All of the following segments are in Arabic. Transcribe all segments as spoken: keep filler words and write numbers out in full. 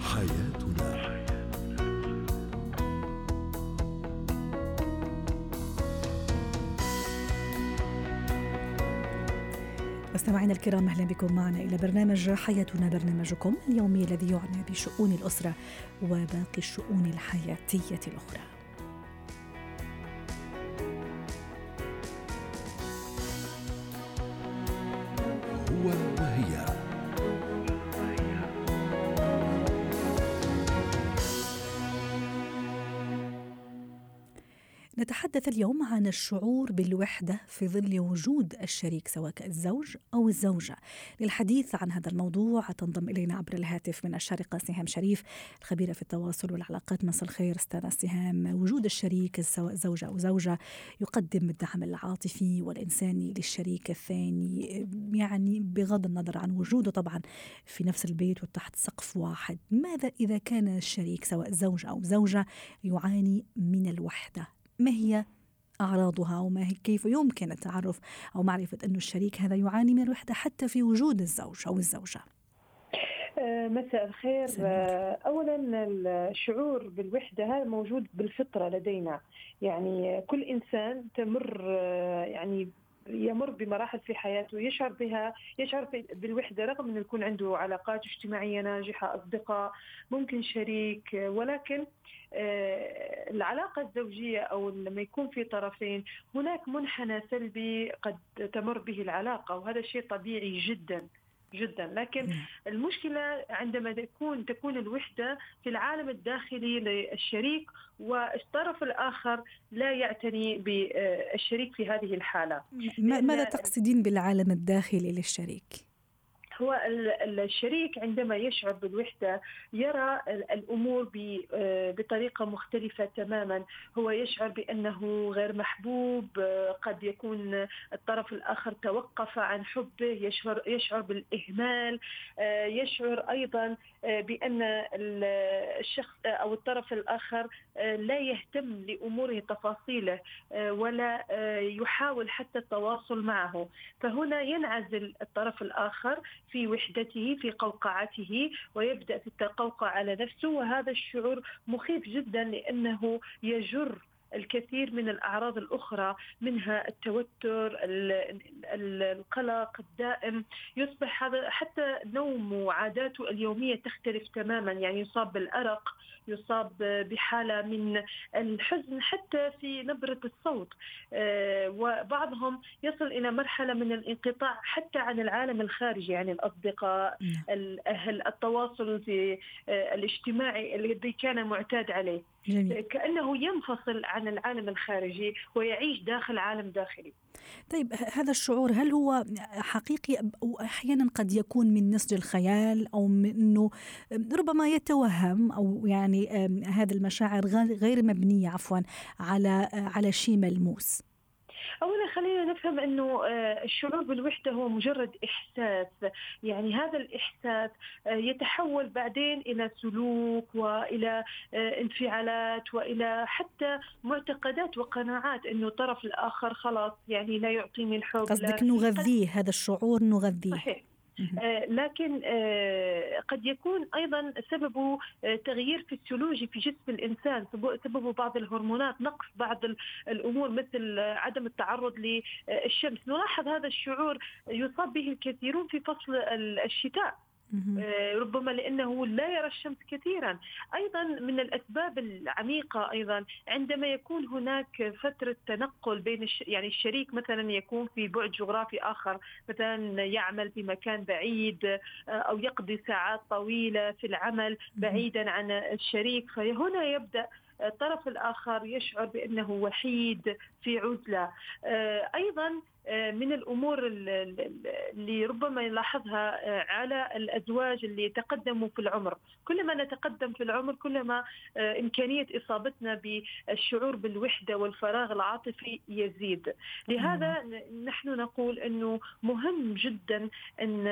حياتنا. مستمعينا الكرام، أهلا بكم معنا إلى برنامج حياتنا، برنامجكم اليومي الذي يعنى بشؤون الأسرة وباقي الشؤون الحياتية الأخرى. هو وهي. نتحدث اليوم عن الشعور بالوحدة في ظل وجود الشريك سواء الزوج أو الزوجة. للحديث عن هذا الموضوع تنضم إلينا عبر الهاتف من الشارقة سهام شريف، الخبيرة في التواصل والعلاقات. مساء الخير أستاذة سهام. وجود الشريك سواء زوجة أو زوجة يقدم الدعم العاطفي والإنساني للشريك الثاني، يعني بغض النظر عن وجوده طبعا في نفس البيت وتحت سقف واحد. ماذا إذا كان الشريك سواء زوج أو زوجة يعاني من الوحدة؟ ما هي أعراضها وما هي كيف يمكن التعرف أو معرفة أن الشريك هذا يعاني من الوحدة حتى في وجود الزوج أو الزوجة؟ مساء الخير. أولا الشعور بالوحدة هذا موجود بالفطرة لدينا، يعني كل إنسان تمر يعني يمر بمراحل في حياته يشعر بها يشعر بالوحدة، رغم أنه يكون عنده علاقات اجتماعية ناجحة، أصدقاء، ممكن شريك، ولكن العلاقة الزوجية أو لما يكون في طرفين هناك منحنى سلبي قد تمر به العلاقة، وهذا شيء طبيعي جدا جدا. لكن المشكلة عندما تكون تكون الوحدة في العالم الداخلي للشريك والطرف الآخر لا يعتني بالشريك في هذه الحالة. ماذا تقصدين بالعالم الداخلي للشريك؟ هو الشريك عندما يشعر بالوحدة يرى الأمور بطريقة مختلفة تماما. هو يشعر بأنه غير محبوب، قد يكون الطرف الآخر توقف عن حبه، يشعر, يشعر بالإهمال، يشعر أيضا بأن الشخص أو الطرف الآخر لا يهتم لأموره تفاصيله ولا يحاول حتى التواصل معه. فهنا ينعزل الطرف الآخر في وحدته في قوقعته ويبدأ في التقوقع على نفسه، وهذا الشعور مخيف جدا لأنه يجر الكثير من الأعراض الأخرى، منها التوتر، القلق الدائم. يصبح هذا حتى نوم وعاداته اليومية تختلف تماما، يعني يصاب بالأرق، يصاب بحالة من الحزن حتى في نبرة الصوت، وبعضهم يصل إلى مرحلة من الانقطاع حتى عن العالم الخارجي، يعني الأصدقاء، الأهل، التواصل في الاجتماعي الذي كان معتاد عليه. جميل. كأنه ينفصل عن العالم الخارجي ويعيش داخل عالم داخلي. طيب، هذا الشعور هل هو حقيقي أو أحيانا قد يكون من نسج الخيال أو أنه ربما يتوهم، أو يعني هذه المشاعر غير مبنية عفوا على على شيء ملموس؟ أولا خلينا نفهم أنه الشعور بالوحدة هو مجرد إحساس، يعني هذا الإحساس يتحول بعدين إلى سلوك وإلى انفعالات وإلى حتى معتقدات وقناعات أنه الطرف الآخر خلاص يعني لا يعطيني الحب. قصدك نغذيه هذا الشعور، نغذيه. صحيح. آه لكن آه قد يكون أيضا سببه آه تغيير فسيولوجي في جسم الإنسان، سببه بعض الهرمونات، نقص بعض الأمور مثل آه عدم التعرض للشمس. نلاحظ هذا الشعور يصاب به الكثيرون في فصل الشتاء، ربما لأنه لا يرى الشمس كثيرا. أيضا من الأسباب العميقة أيضا عندما يكون هناك فترة تنقل بين الش... يعني الشريك مثلا يكون في بعد جغرافي آخر، مثلا يعمل في مكان بعيد أو يقضي ساعات طويلة في العمل بعيدا عن الشريك، فهنا يبدأ الطرف الآخر يشعر بأنه وحيد في عزلة. أيضا من الأمور اللي ربما نلاحظها على الأزواج اللي تقدموا في العمر، كلما نتقدم في العمر كلما إمكانية إصابتنا بالشعور بالوحدة والفراغ العاطفي يزيد. لهذا نحن نقول أنه مهم جدا أن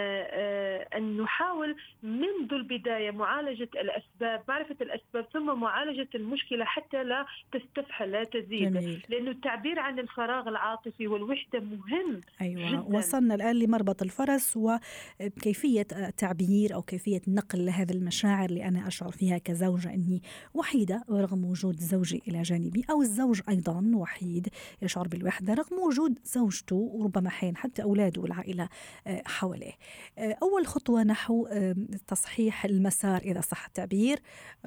أن نحاول منذ البداية معالجة الأسباب، معرفة الأسباب، ثم معالجة المشكلة حتى لا تستفحل لا تزيد. جميل. لأنه التعبير عن الفراغ العاطفي والوحدة مهم أيوة جداً. وصلنا الآن لمربط الفرس وكيفية تعبير أو كيفية نقل هذه المشاعر اللي أنا أشعر فيها كزوجة أني وحيدة رغم وجود زوجي إلى جانبي، أو الزوج أيضا وحيد يشعر بالوحدة رغم وجود زوجته وربما حين حتى أولاده والعائلة حواليه. أول خطوة نحو تصحيح المسار إذا صح التعبير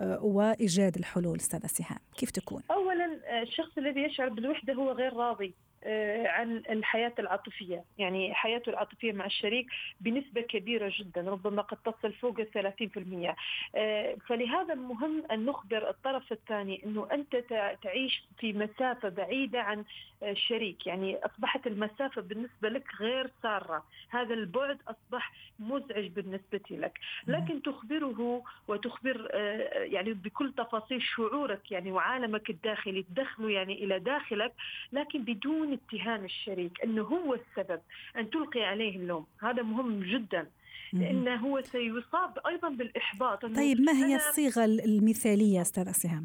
وإيجاد الحلول أستاذة سهام كيف تكون؟ أولا الشخص الذي يشعر بالوحدة هو غير راضي عن الحياة العاطفية، يعني حياته العاطفية مع الشريك بنسبة كبيرة جدا ربما قد تصل فوق الثلاثين في المية. فلهذا مهم أن نخبر الطرف الثاني أنه أنت تعيش في مسافة بعيدة عن الشريك، يعني أصبحت المسافة بالنسبة لك غير سارة، هذا البعد أصبح مزعج بالنسبة لك، لكن تخبره وتخبر يعني بكل تفاصيل شعورك يعني وعالمك الداخلي، تدخله يعني إلى داخلك لكن بدون اتهام الشريك أنه هو السبب، أن تلقي عليه اللوم، هذا مهم جدا لأنه هو سيصاب أيضا بالإحباط. طيب ما هي الصيغة المثالية أستاذ سهام؟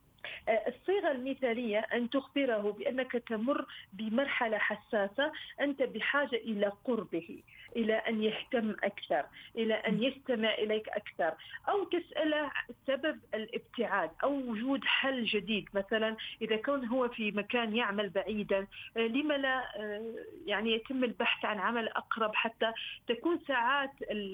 الصيغة المثالية أن تخبره بأنك تمر بمرحلة حساسة، أنت بحاجة إلى قربه، إلى أن يهتم أكثر، إلى أن يستمع إليك أكثر، أو تسأله سبب الابتعاد أو وجود حل جديد. مثلا إذا كان هو في مكان يعمل بعيدا لما لا يعني يتم البحث عن عمل أقرب حتى تكون ساعات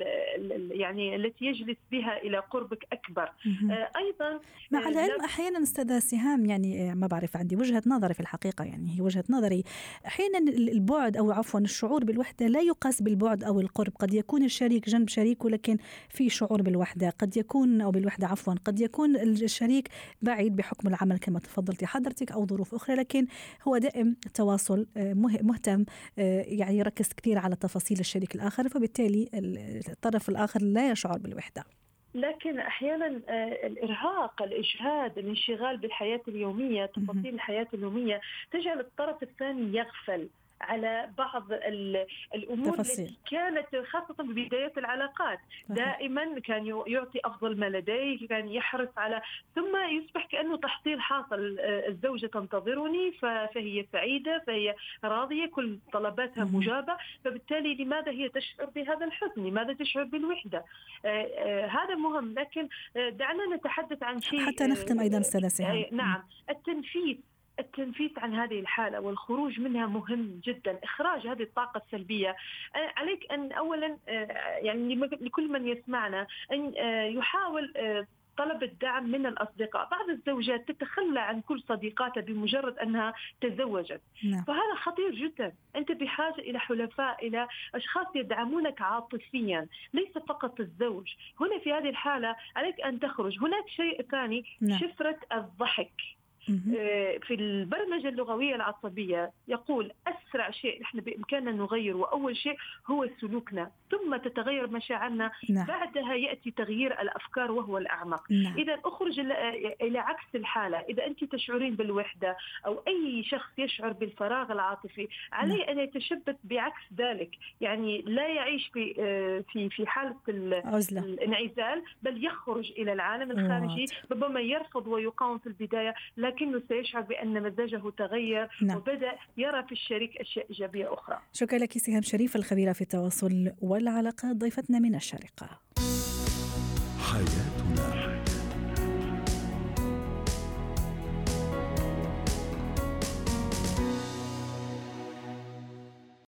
يعني التي يجلس بها إلى قربك أكبر. أيضا مع العلم أحيانا أستاذ سهام يعني ما بعرف، عندي وجهة نظري في الحقيقة، يعني هي وجهة نظري، أحيانا البعد أو عفوا الشعور بالوحدة لا يقاس بالبعد أو القرب، قد يكون الشريك جنب شريكه لكن في شعور بالوحدة، قد يكون أو بالوحدة عفوا قد يكون الشريك بعيد بحكم العمل كما تفضلتي حضرتك أو ظروف أخرى، لكن هو دائم تواصل مهتم يعني يركز كثير على تفاصيل الشريك الآخر، فبالتالي الطرف الآخر لا يشعر بالوحدة. لكن أحيانا الإرهاق، الإجهاد، الانشغال بالحياة اليومية، تفاصيل الحياة اليومية تجعل الطرف الثاني يغفل على بعض الأمور تفصيل. التي كانت خاصة ببداية العلاقات دائما كان يعطي أفضل ما لديه، كان يحرص على، ثم يصبح كأنه تحصيل حاصل، الزوجة تنتظرني فهي سعيدة فهي راضية كل طلباتها مجابة، فبالتالي لماذا هي تشعر بهذا الحزن؟ لماذا تشعر بالوحدة؟ آه آه هذا مهم. لكن آه دعنا نتحدث عن شيء حتى نختم أيضا أستاذة سهام. آه نعم، التنفيذ التنفيذ عن هذه الحالة والخروج منها مهم جدا، إخراج هذه الطاقة السلبية. عليك أن أولا يعني لكل من يسمعنا أن يحاول طلب الدعم من الأصدقاء. بعض الزوجات تتخلى عن كل صديقاتها بمجرد أنها تزوجت، نعم. فهذا خطير جدا. أنت بحاجة إلى حلفاء، إلى أشخاص يدعمونك عاطفيا، ليس فقط الزوج. هنا في هذه الحالة عليك أن تخرج. هناك شيء ثاني، نعم. شفرة الضحك. في البرمجة اللغوية العصبية يقول أسرع شيء نحن بإمكاننا نغير وأول شيء هو سلوكنا، ثم تتغير مشاعرنا، نعم. بعدها يأتي تغيير الأفكار وهو الأعمق. نعم. إذا أخرج إلى عكس الحالة، إذا أنت تشعرين بالوحدة أو أي شخص يشعر بالفراغ العاطفي عليه، نعم. أن يتشبث بعكس ذلك، يعني لا يعيش في في في حالة الانعزال، بل يخرج إلى العالم الخارجي. ربما يرفض ويقاوم في البداية، لكنه سيشعر بأن مزاجه تغير، نعم. وبدأ يرى في الشريك أشياء إيجابية أخرى. شكرا لك سهام شريف الخبيرة في التواصل والعلاقات، ضيفتنا من الشارقة. حياة